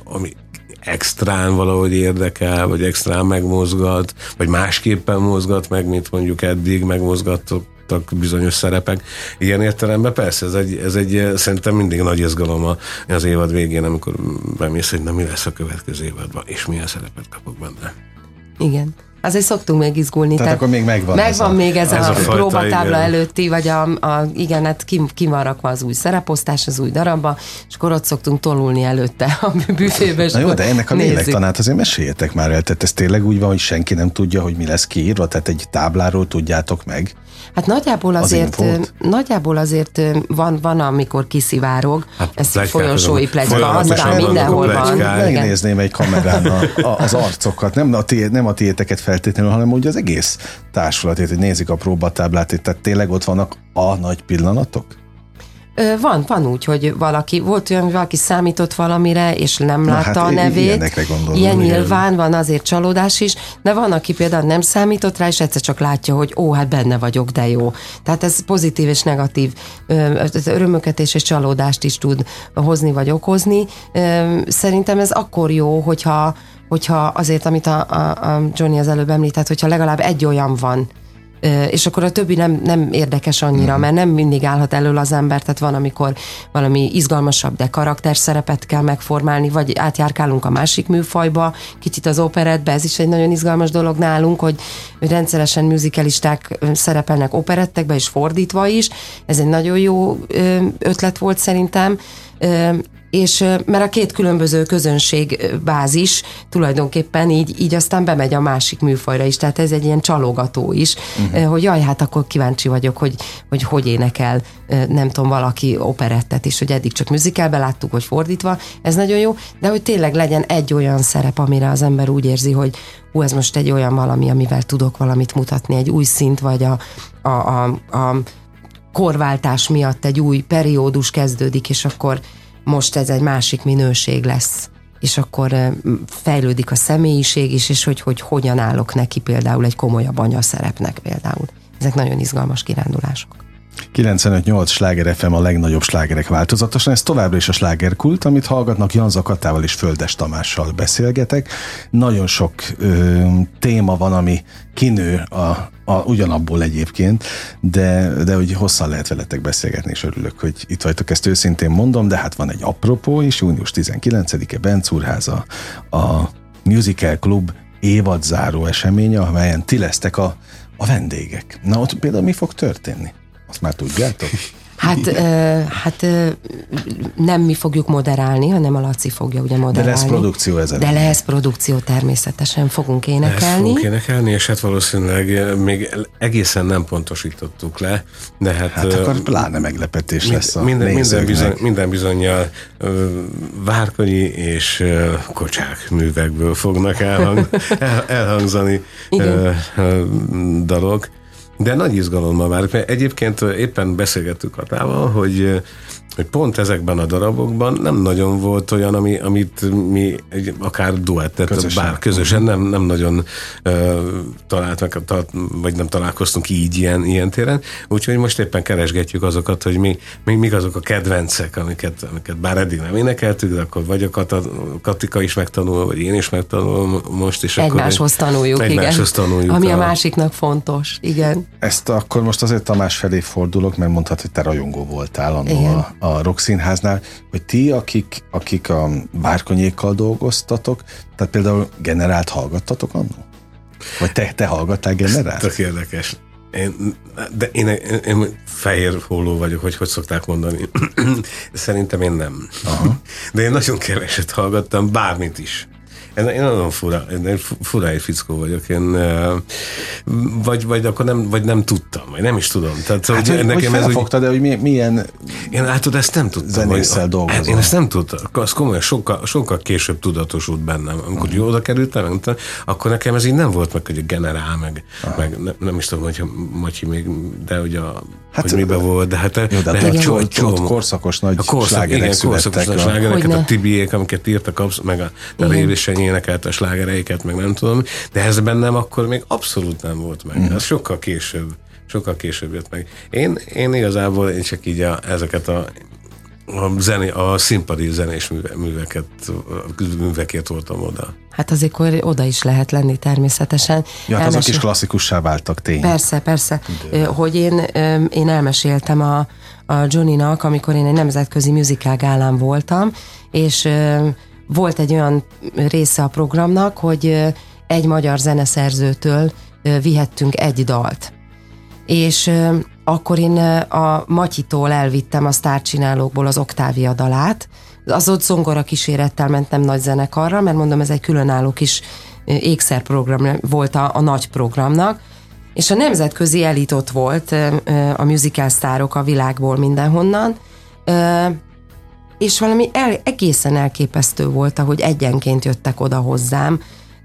extrán valahogy érdekel, vagy extrán megmozgat, vagy másképpen mozgat meg, mint mondjuk eddig megmozgattok bizonyos szerepek. Ilyen értelemben persze, ez egy szerintem mindig nagy izgalom az évad végén, amikor bemész, hogy mi lesz a következő évadban, és milyen szerepet kapok benne. Igen. Azért szoktunk még izgulni. Tehát akkor még megvan még ez a próbatábla igen. előtti, vagy igen, hát ki van rakva az új szereposztás az új darabba, és akkor ott szoktunk tolulni előtte a büfébe. Na jó, de ennek a lélektanát azért meséljetek már el, tehát ez tényleg úgy van, hogy senki nem tudja, hogy mi lesz kiírva, tehát egy tábláról tudjátok meg? Hát nagyjából azért van amikor kiszivárog, ez folyosói pletyka, aztán mindenhol van. Megnézném egy kamerán az arcokat, nem a tiéteket feltétlenül, hanem úgy az egész társulatét, hogy nézik a próbatáblát, tehát tényleg ott vannak a nagy pillanatok? Van úgy, hogy volt olyan, hogy valaki számított valamire, és nem látta a nevét. Ilyen nyilván van azért csalódás is, de van, aki például nem számított rá, és egyszer csak látja, hogy hát benne vagyok, de jó. Tehát ez pozitív és negatív örömöket és csalódást is tud hozni vagy okozni. Szerintem ez akkor jó, hogyha azért, amit a Johnny az előbb említett, hogyha legalább egy olyan van, és akkor a többi nem érdekes annyira, mert nem mindig állhat elől az ember, tehát van, amikor valami izgalmasabb, de karakterszerepet kell megformálni, vagy átjárkálunk a másik műfajba, kicsit az operettbe, ez is egy nagyon izgalmas dolog nálunk, hogy rendszeresen musicalisták szerepelnek operettekbe, és fordítva is, ez egy nagyon jó ötlet volt szerintem, és mert a két különböző közönségbázis tulajdonképpen így aztán bemegy a másik műfajra is, tehát ez egy ilyen csalogató is, hogy jaj, hát akkor kíváncsi vagyok, hogy énekel, nem tudom, valaki operettet is, hogy eddig csak musicalbe láttuk, hogy fordítva, ez nagyon jó, de hogy tényleg legyen egy olyan szerep, amire az ember úgy érzi, hogy ez most egy olyan valami, amivel tudok valamit mutatni, egy új szint, vagy a korváltás miatt egy új periódus kezdődik, és akkor most ez egy másik minőség lesz, és akkor fejlődik a személyiség is, és hogy hogyan állok neki például egy komolyabb anyaszerepnek például. Ezek nagyon izgalmas kirándulások. 95.8 Sláger FM a legnagyobb slágerek változatosan, ez továbbra is a slágerkult, amit hallgatnak, Janza Katával és Földes Tamással beszélgetek. Nagyon sok téma van, ami kinő ugyanabból egyébként, de hogy hosszan lehet veletek beszélgetni, és örülök, hogy itt vagytok, ezt őszintén mondom, de hát van egy apropó is, június 19-e Bencúrháza, a Musical Club évadzáró eseménye, amelyen ti lesztek a vendégek. Na ott például mi fog történni? Azt már tudjátok? Hát nem mi fogjuk moderálni, hanem a Laci fogja ugye moderálni. De lesz produkció ezen. De lesz produkció, természetesen fogunk énekelni. Fogunk énekelni, és hát valószínűleg még egészen nem pontosítottuk le, de hát akkor pláne meglepetés lesz a nézőknek. Minden bizonnyal Várkonyi és Kocsák művekből fognak elhangzani dalok. De nagy izgalommal várjuk, mert egyébként éppen beszélgettük Katával, hogy pont ezekben a darabokban nem nagyon volt olyan, amit mi akár duettet, bár közösen nem nagyon vagy nem találkoztunk így ilyen téren. Úgyhogy most éppen keresgetjük azokat, hogy mik azok a kedvencek, amiket bár eddig nem énekeltük, de akkor vagy a Katika is megtanul, vagy én is megtanulom most. És egymáshoz tanuljuk, tanuljuk. Ami a másiknak fontos, igen. Ezt akkor most azért Tamás felé fordulok, mert mondhat, hogy te rajongó voltál annól a Rock Színháznál, hogy ti, akik a Várkonyékkal dolgoztatok, tehát például Generált hallgattatok annól? Vagy te hallgattál Generált? Tök érdekes. Én fehér hóló vagyok, hogy szokták mondani. Szerintem én nem. Aha. De én nagyon keveset hallgattam, bármit is. Én nagyon fura egy fickó vagyok. Én vagy akkor nem tudtam, vagy nem is tudom. Tehát, hát, hogy felfogtad, de hogy milyen én látod, ezt nem tudtam. Zenésszel dolgozom. Én ezt nem tudtam. Az komolyan sokkal később tudatosult bennem. Amikor oda kerültem, akkor nekem ez így nem volt meg, hogy a Generál, meg nem is tudom, hogy Matyi még, de hogy hogy miben volt, de hát korszakos nagy slágerek születtek. Korszakos slágereket, a Tibiék, amiket írtak, meg a Révésen énekelt a slágereiket, meg nem tudom, de ez bennem akkor még abszolút nem volt meg. Ez sokkal később jött meg. Én igazából csak így ezeket a színpadi zenés művekért voltam oda. Hát azért oda is lehet lenni természetesen. Ja, hát azok is klasszikussá váltak tényleg. Persze. Hogy én elmeséltem a Johnnynak, amikor én egy nemzetközi musical gálán voltam, és volt egy olyan része a programnak, hogy egy magyar zeneszerzőtől vihettünk egy dalt. És akkor én a Matyitól elvittem a sztárcsinálókból az Oktávia dalát. Az ott zongora kísérettel mentem nagy zenekarra, mert mondom, ez egy különálló kis ékszerprogram volt a nagy programnak. És a nemzetközi elit ott volt, a musical sztárok a világból mindenhonnan, és valami egészen elképesztő volt, ahogy egyenként jöttek oda hozzám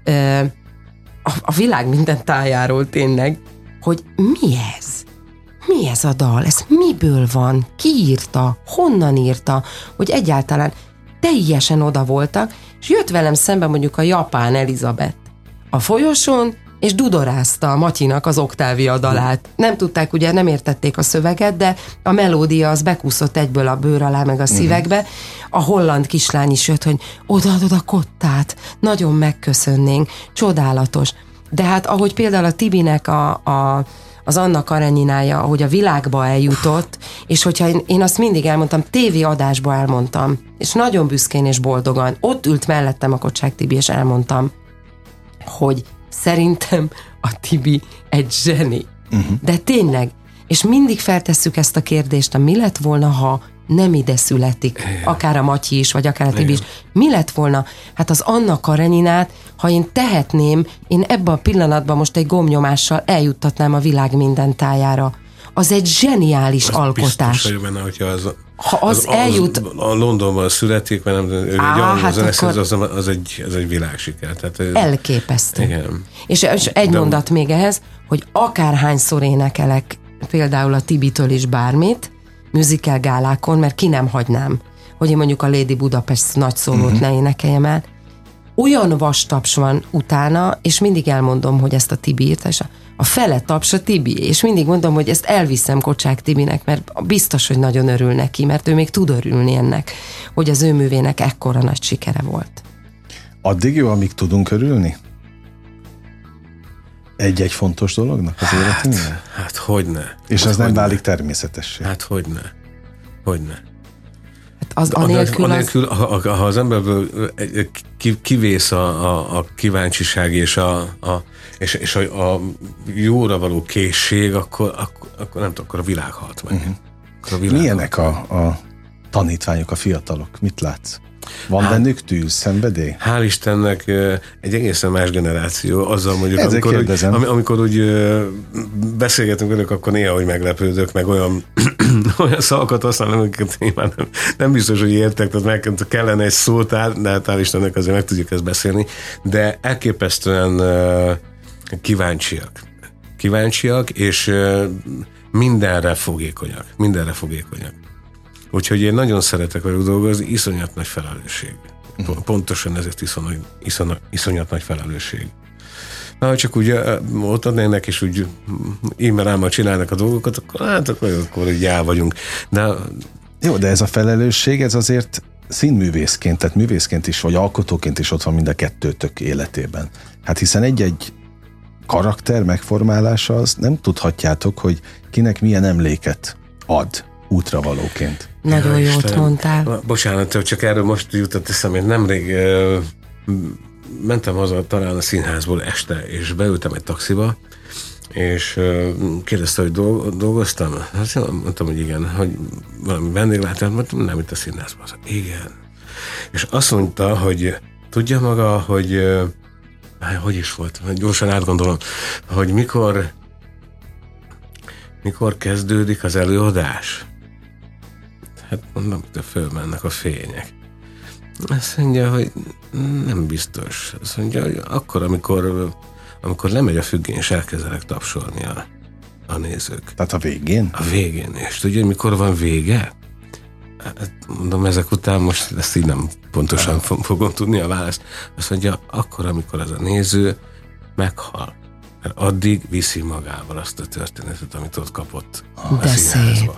a világ minden tájáról tényleg, hogy mi ez? Mi ez a dal? Ez miből van? Ki írta? Honnan írta? Hogy egyáltalán teljesen oda voltak, és jött velem szembe mondjuk a japán Elizabeth a folyosón, és dudorázta a Matyinak az Oktávia dalát. Nem tudták, ugye nem értették a szöveget, de a melódia az bekúszott egyből a bőr alá, meg a szívekbe. A holland kislány is jött, hogy odaadod a kottát, nagyon megköszönnénk, csodálatos. De hát ahogy például a Tibinek az Anna Kareninája, ahogy a világba eljutott, és hogyha én azt mindig elmondtam, tévéadásba elmondtam, és nagyon büszkén és boldogan, ott ült mellettem a Kocsák Tibi, és elmondtam, hogy szerintem a Tibi egy zseni. De tényleg, és mindig feltesszük ezt a kérdést, mi lett volna, ha nem ide születik, akár a Matyi is, vagy akár a Tibi is. Mi lett volna? Hát az Anna Kareninát, ha én tehetném, én ebben a pillanatban most egy gombnyomással eljuttatnám a világ minden tájára. Az egy zseniális alkotás. Biztos vagyok benne, hogyha ha az eljut... A Londonban születik, mert az egy világsiker. Tehát elképesztő. Igen. És egy mondat még ehhez, hogy akárhányszor énekelek például a Tibitől is bármit, musical gálákon, mert ki nem hagynám, hogy én mondjuk a Lady Budapest nagy szólót ne énekeljem el. Olyan vastaps van utána, és mindig elmondom, hogy ezt a Tibi írta, és a fele taps a Tibi, és mindig mondom, hogy ezt elviszem Kocsák Tibinek, mert biztos, hogy nagyon örül neki, mert ő még tud örülni ennek, hogy az ő művének ekkora nagy sikere volt. Addig jó, amíg tudunk örülni? Egy-egy fontos dolognak az életünkben? Hát hogyne. És az nem válik természetessé. Hát hogyne. Hát az anélkül ha az emberből kivész a kíváncsiság és a jóra való készség, akkor nem tudom, akkor a világ halt meg. akkor a világon. Milyenek a tanítványok, a fiatalok? Mit látsz? Van bennük tűz, szenvedély? Hál' Istennek egy egészen más generáció, azzal mondjuk, amikor úgy beszélgetünk velük, akkor néha, hogy meglepődök, meg olyan szavakat használom, amiket nyilván nem biztos, hogy értek, tehát meg kellene egy szótár, de hát hál' Istennek azért meg tudjuk ezt beszélni, de elképesztően kíváncsiak, és mindenre fogékonyak. Úgyhogy én nagyon szeretek velük dolgozni, iszonyat nagy felelősség. Pontosan ezért iszonyat nagy felelősség. Na, csak úgy ott adnének, és úgy e-mail csinálnak a dolgokat, akkor így el vagyunk. Jó, de ez a felelősség, ez azért színművészként, tehát művészként is, vagy alkotóként is ott van mind a kettőtök életében. Hát hiszen egy-egy karakter megformálása, az nem tudhatjátok, hogy kinek milyen emléket ad útravalóként. Nagyon jót mondtál. Bocsánat, csak erről most jutott eszembe, én nemrég mentem haza talán a színházból este, és beültem egy taxiba, és kérdezte, hogy dolgoztam. Hát mondtam, hogy igen, hogy valami vendéglátás, mondtam, nem itt a színházban. Igen. És azt mondta, hogy tudja maga, hogy is volt, gyorsan átgondolom, hogy mikor kezdődik az előadás? Hát mondom, hogy fölmennek a fények. Azt mondja, hogy nem biztos. Azt mondja, hogy akkor, amikor lemegy a függöny, és elkezdenek tapsolni a nézők. Tehát a végén? A végén. És tudja, hogy mikor van vége? Hát mondom, ezek után most ezt így nem pontosan fogom tudni a választ. Azt mondja, akkor, amikor az a néző meghal. Mert addig viszi magával azt a történetet, amit ott kapott a színházba.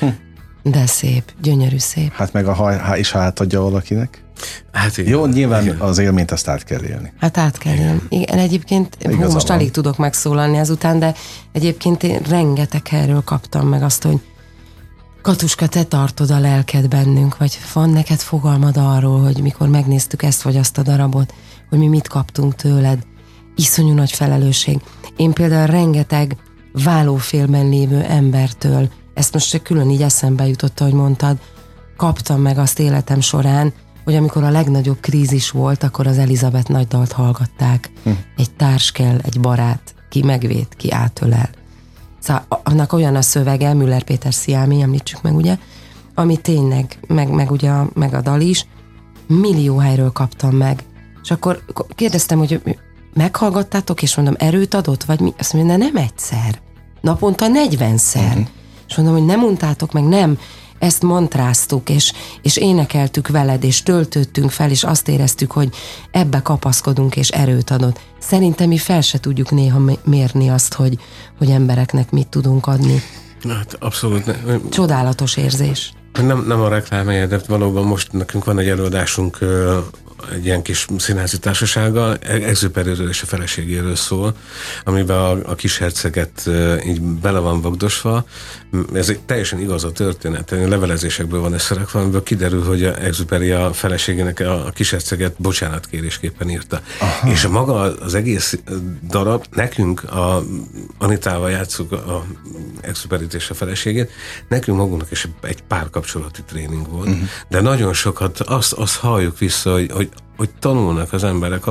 De szép, gyönyörű szép. Hát meg a haj is átadja valakinek? Hát igen, jó, nyilván igen. Az élményt azt át kell élni. Hát át kell élni. Igen, egyébként most alig tudok megszólalni ezután, de egyébként én rengeteg erről kaptam meg azt, hogy Katuska, te tartod a lelked bennünk, vagy van neked fogalmad arról, hogy mikor megnéztük ezt vagy azt a darabot, hogy mi mit kaptunk tőled. Iszonyú nagy felelősség. Én például rengeteg vállófélben lévő embertől, ezt most csak külön így eszembe jutott, hogy mondtad, kaptam meg azt életem során, hogy amikor a legnagyobb krízis volt, akkor az Elizabeth nagy dalt hallgatták. Egy társ kell, egy barát, ki megvéd, ki átölel. Szóval annak olyan a szövege, Müller Péter Sziámi, említsük meg ugye, ami tényleg, meg a dal is, millió helyről kaptam meg. És akkor kérdeztem, hogy meghallgattátok, és mondom, erőt adott, vagy mi? Azt mondja, nem egyszer. Naponta 40-szer. És mondom, hogy nem untátok meg, nem. Ezt mantráztuk, és énekeltük veled, és töltöttünk fel, és azt éreztük, hogy ebbe kapaszkodunk, és erőt adott. Szerintem mi fel se tudjuk néha mérni azt, hogy embereknek mit tudunk adni. Hát abszolút. Csodálatos érzés. Nem a reklámhelye, de valóban most nekünk van egy előadásunk egy ilyen kis színházi társasággal, Exupéryről és a feleségéről szól, amiben a kis herceget így bele van vagdosva. Ez egy teljesen igaz a történet. Levelezésekből van összerakva, amiből kiderül, hogy a Exupéry a feleségének a kis herceget bocsánatkérésképpen írta. Aha. És maga az egész darab, nekünk Anitával játsszuk a Exupéryt és a feleségét, nekünk magunknak is egy párkapcsolati tréning volt, de nagyon sokat azt halljuk vissza, hogy tanulnak az emberek,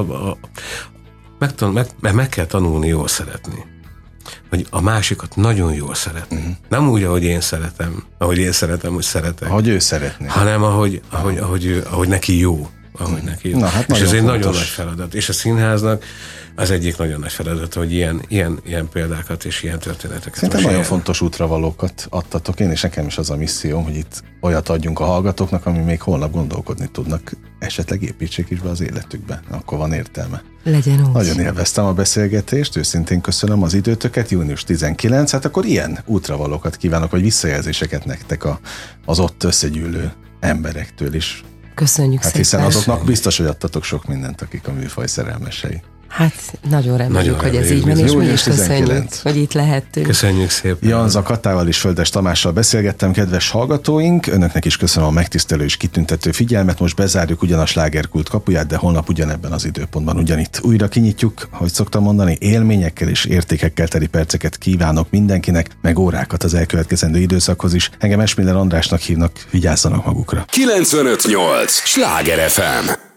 meg kell tanulni jól szeretni. Hogy a másikat nagyon jól szeretni. Nem úgy, ahogy én szeretem, hogy szeretek. Ahogy ő szeretné. Hanem ahogy neki jó. Ahogy neki jó. Na, hát és ez egy nagyon nagy feladat. És a színháznak az egyik nagyon nagy feladat, hogy ilyen példákat és ilyen történeteket. Szerintem nagyon fontos útravalókat adtatok. Én és nekem is az a misszióm, hogy itt olyat adjunk a hallgatóknak, ami még holnap gondolkodni tudnak. Esetleg építsék is be az életükbe. Akkor van értelme. Legyen úgy. Nagyon élveztem a beszélgetést, őszintén köszönöm az időtöket. Június 19, hát akkor ilyen útravalókat kívánok, vagy visszajelzéseket nektek az ott összegyűlő emberektől is. Köszönjük szépen. Hiszen azoknak biztos, hogy adtatok sok mindent, akik a műfaj szerelmesei. Hát nagyon reméljük, hogy ez így van, és mi is köszönjük, hogy itt lehettünk. Köszönjük szépen. Janza Katával és Földes Tamással beszélgettem, kedves hallgatóink. Önöknek is köszönöm a megtisztelő és kitüntető figyelmet. Most bezárjuk ugyan a Slágerkult kapuját, de holnap ugyanebben az időpontban ugyanitt újra kinyitjuk, ahogy szoktam mondani, élményekkel és értékekkel teli perceket kívánok mindenkinek, meg órákat az elkövetkezendő időszakhoz is. Engem Esmiller Andrásnak hívnak, vigyázzanak magukra. 95.8 Sláger FM.